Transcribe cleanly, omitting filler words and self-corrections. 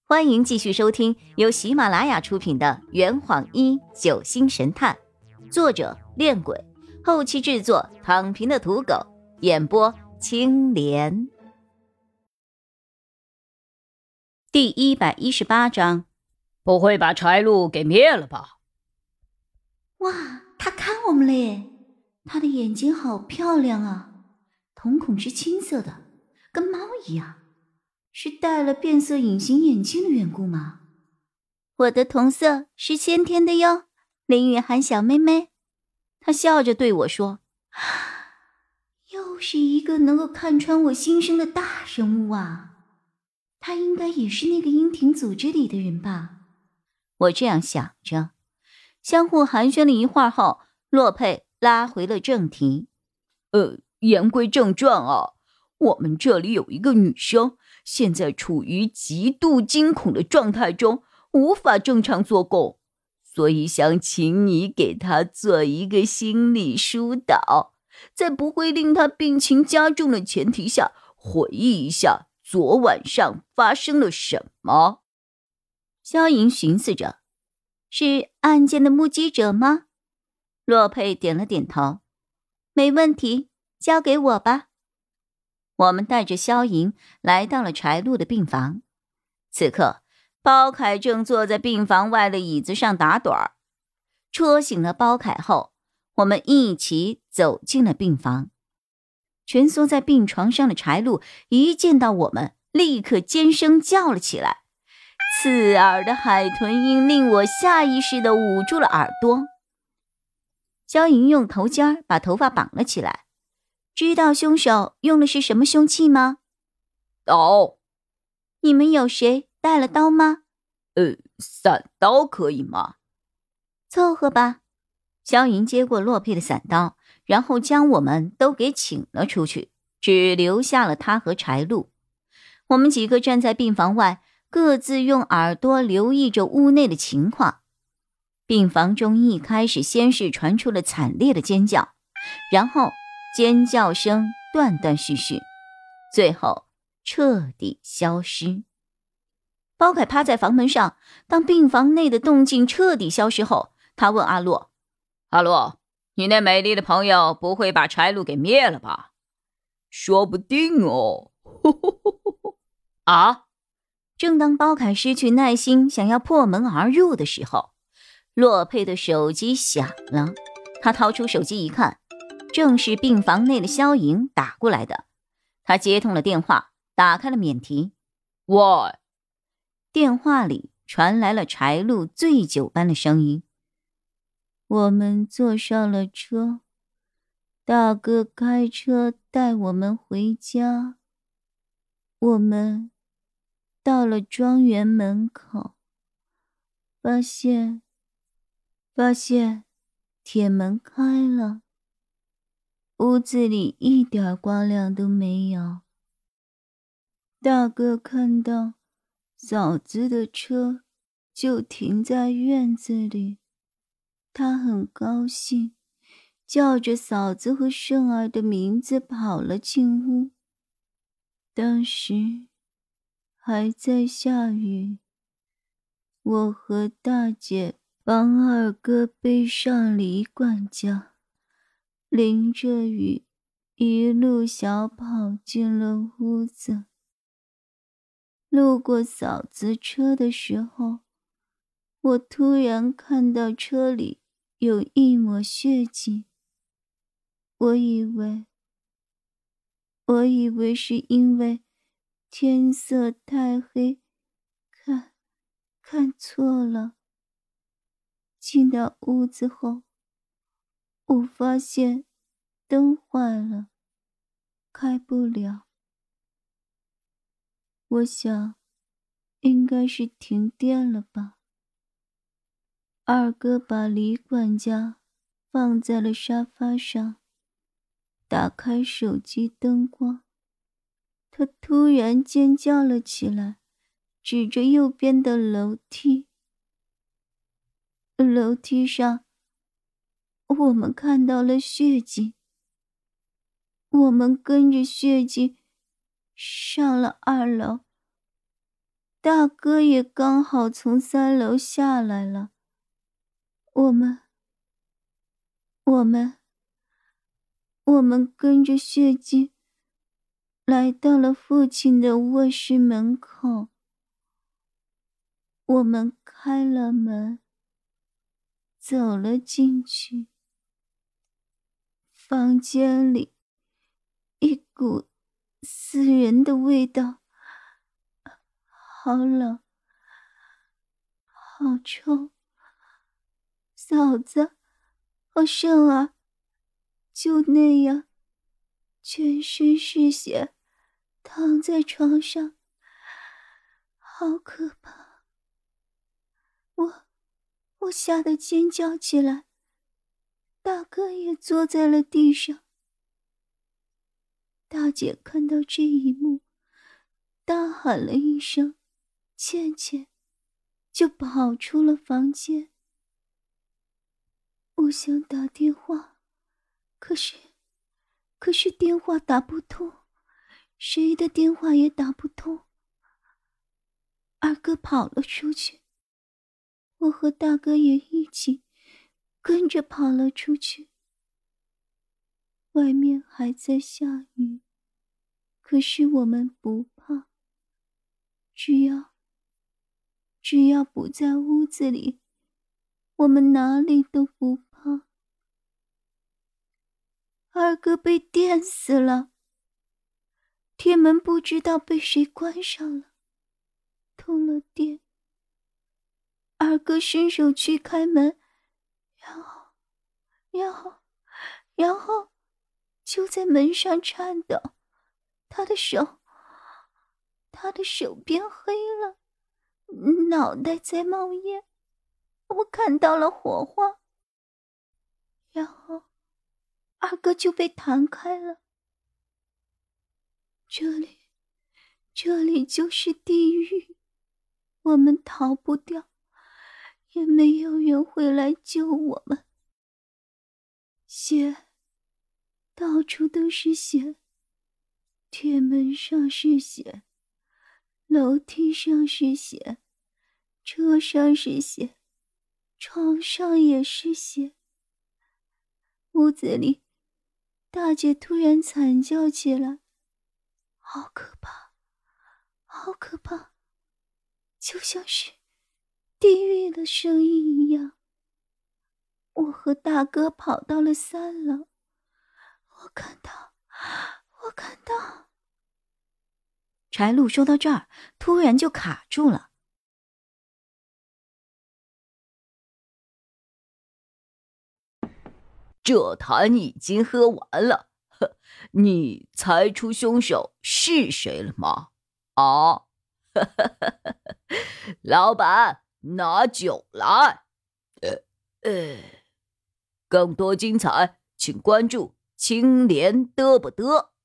欢迎继续收听由喜马拉雅出品的《圆谎一九星神探》，作者恋鬼，后期制作躺平的土狗，演播青莲。第118章， 不会把柴路给灭了吧？ 哇，他看我们了耶！他的眼睛好漂亮啊，瞳孔是青色的，跟猫一样。是戴了变色隐形眼镜的缘故吗？ 我的瞳色是先天的哟，林雨涵小妹妹。她笑着对我说， 又是一个能够看穿我心声的大人物啊，他应该也是那个鹰庭组织里的人吧。 我这样想着。相互寒暄了一会儿后，洛佩拉回了正题。 言归正传啊，我们这里有一个女生，现在处于极度惊恐的状态中，无法正常做工，所以想请你给她做一个心理疏导，在不会令她病情加重的前提下，回忆一下昨晚上发生了什么。 萧莹寻思着，是案件的目击者吗？洛佩点了点头，没问题，交给我吧。我们带着萧莹来到了柴路的病房。此刻，包凯正坐在病房外的椅子上打盹儿。戳醒了包凯后，我们一起走进了病房。蜷缩在病床上的柴路一见到我们，立刻尖声叫了起来，刺耳的海豚音令我下意识地捂住了耳朵。萧莹用头巾把头发绑了起来。知道凶手用的是什么凶器吗？ 刀。 你们有谁带了刀吗？ 散刀可以吗？ 凑合吧。萧莹接过洛佩的散刀，然后将我们都给请了出去，只留下了他和柴路。我们几个站在病房外，各自用耳朵留意着屋内的情况。病房中一开始先是传出了惨烈的尖叫，然后尖叫声断断续续，最后彻底消失。包凯趴在房门上，当病房内的动静彻底消失后，他问阿洛， 阿洛，你那美丽的朋友不会把柴路给灭了吧？ 说不定哦。 啊！ 正当包凯失去耐心想要破门而入的时候，洛佩的手机响了。他掏出手机一看，正是病房内的萧莹打过来的。他接通了电话，打开了免提。 喂。 电话里传来了柴路醉酒般的声音。我们坐上了车，大哥开车带我们回家。我们到了庄园门口，发现铁门开了，屋子里一点光亮都没有。大哥看到嫂子的车就停在院子里，他很高兴，叫着嫂子和圣儿的名字跑了进屋。当时还在下雨，我和大姐帮二哥背上李管家，淋着雨一路小跑进了屋子。路过嫂子车的时候，我突然看到车里有一抹血迹，我以为是因为天色太黑，看错了。进到屋子后，我发现灯坏了，开不了。我想应该是停电了吧。二哥把李管家放在了沙发上，打开手机灯光，他突然尖叫了起来，指着右边的楼梯。楼梯上我们看到了血迹，我们跟着血迹上了2楼， 大哥也刚好从3楼下来了。我们跟着血迹来到了父亲的卧室门口。我们开了门，走了进去。房间里一股死人的味道，好冷，好臭。嫂子和圣儿就那样全身是血躺在床上，好可怕。我吓得尖叫起来，大哥也坐在了地上。大姐看到这一幕，大喊了一声倩倩，就跑出了房间。我想打电话，可是电话打不通，谁的电话也打不通。二哥跑了出去，我和大哥也一起跟着跑了出去。外面还在下雨，可是我们不怕，只要不在屋子里，我们哪里都不怕。二哥被电死了，铁门不知道被谁关上了，通了电。二哥伸手去开门，然后就在门上颤抖，他的手变黑了，脑袋在冒烟，我看到了火花，然后二哥就被弹开了。这里就是地狱，我们逃不掉，也没有人会来救我们。血，到处都是血，铁门上是血，楼梯上是血，车上是血，床上也是血。屋子里，大姐突然惨叫起来，好可怕，好可怕，就像是地狱的声音一样。我和大哥跑到了3楼，我看到。 柴路说到这儿，突然就卡住了。 这坛已经喝完了，你猜出凶手是谁了吗？啊，老板，拿酒来。更多精彩，请关注青莲嘚不嘚。